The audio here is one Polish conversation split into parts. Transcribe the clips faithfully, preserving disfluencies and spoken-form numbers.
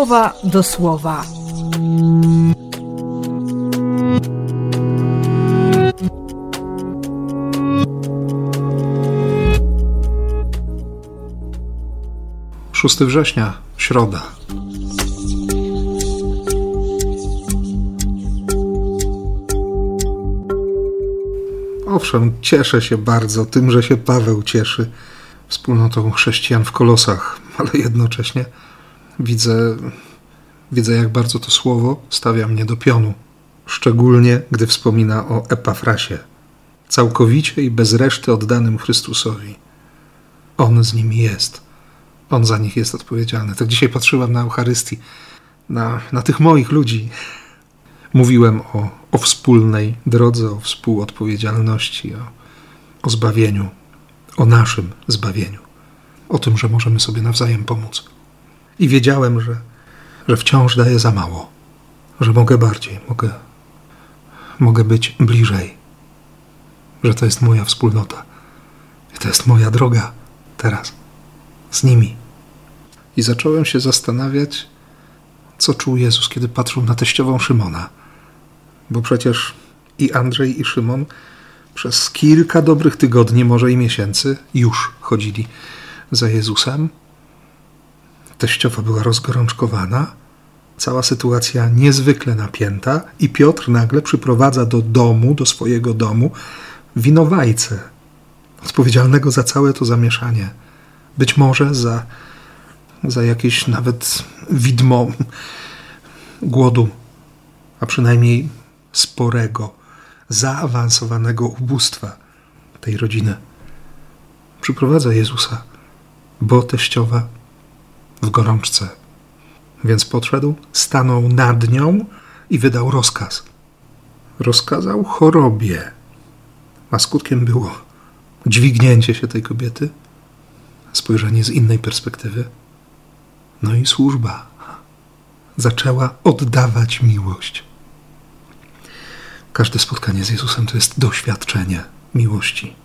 słowa do słowa. szóstego września, środa. Owszem, cieszę się bardzo tym, że się Paweł cieszy wspólnotą chrześcijan w Kolosach, ale jednocześnie widzę, widzę, jak bardzo to słowo stawia mnie do pionu. Szczególnie, gdy wspomina o Epafrasie, całkowicie i bez reszty oddanym Chrystusowi. On z nimi jest. On za nich jest odpowiedzialny. Tak dzisiaj patrzyłem na Eucharystii, na, na tych moich ludzi. Mówiłem o, o wspólnej drodze, o współodpowiedzialności, o, o zbawieniu, o naszym zbawieniu, o tym, że możemy sobie nawzajem pomóc. I wiedziałem, że, że wciąż daję za mało, że mogę bardziej, mogę, mogę być bliżej, że to jest moja wspólnota i to jest moja droga teraz z nimi. I zacząłem się zastanawiać, co czuł Jezus, kiedy patrzył na teściową Szymona. Bo przecież i Andrzej, i Szymon przez kilka dobrych tygodni, może i miesięcy już chodzili za Jezusem. Teściowa była rozgorączkowana, cała sytuacja niezwykle napięta i Piotr nagle przyprowadza do domu, do swojego domu winowajcę, odpowiedzialnego za całe to zamieszanie. Być może za, za jakieś nawet widmo głodu, a przynajmniej sporego, zaawansowanego ubóstwa tej rodziny. Przyprowadza Jezusa, bo teściowa w gorączce. Więc podszedł, stanął nad nią i wydał rozkaz. Rozkazał chorobie, a skutkiem było dźwignięcie się tej kobiety, spojrzenie z innej perspektywy, no i służba. Zaczęła oddawać miłość. Każde spotkanie z Jezusem to jest doświadczenie miłości.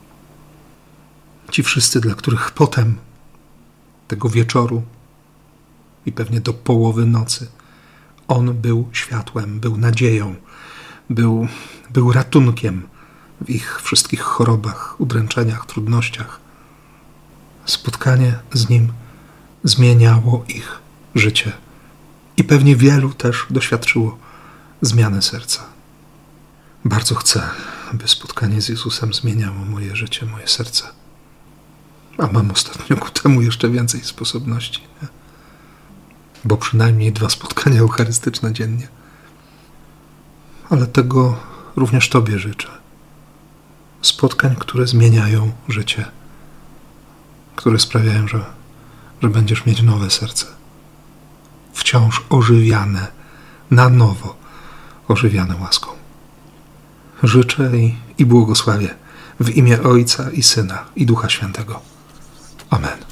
Ci wszyscy, dla których potem tego wieczoru i pewnie do połowy nocy On był światłem, był nadzieją, był, był ratunkiem w ich wszystkich chorobach, udręczeniach, trudnościach. Spotkanie z Nim zmieniało ich życie. I pewnie wielu też doświadczyło zmiany serca. Bardzo chcę, aby spotkanie z Jezusem zmieniało moje życie, moje serce. A mam ostatnio ku temu jeszcze więcej sposobności. Nie? Bo przynajmniej dwa spotkania eucharystyczne dziennie. Ale tego również Tobie życzę. Spotkań, które zmieniają życie. Które sprawiają, że, że będziesz mieć nowe serce. Wciąż ożywiane, na nowo ożywiane łaską. Życzę i, i błogosławię w imię Ojca i Syna i Ducha Świętego. Amen.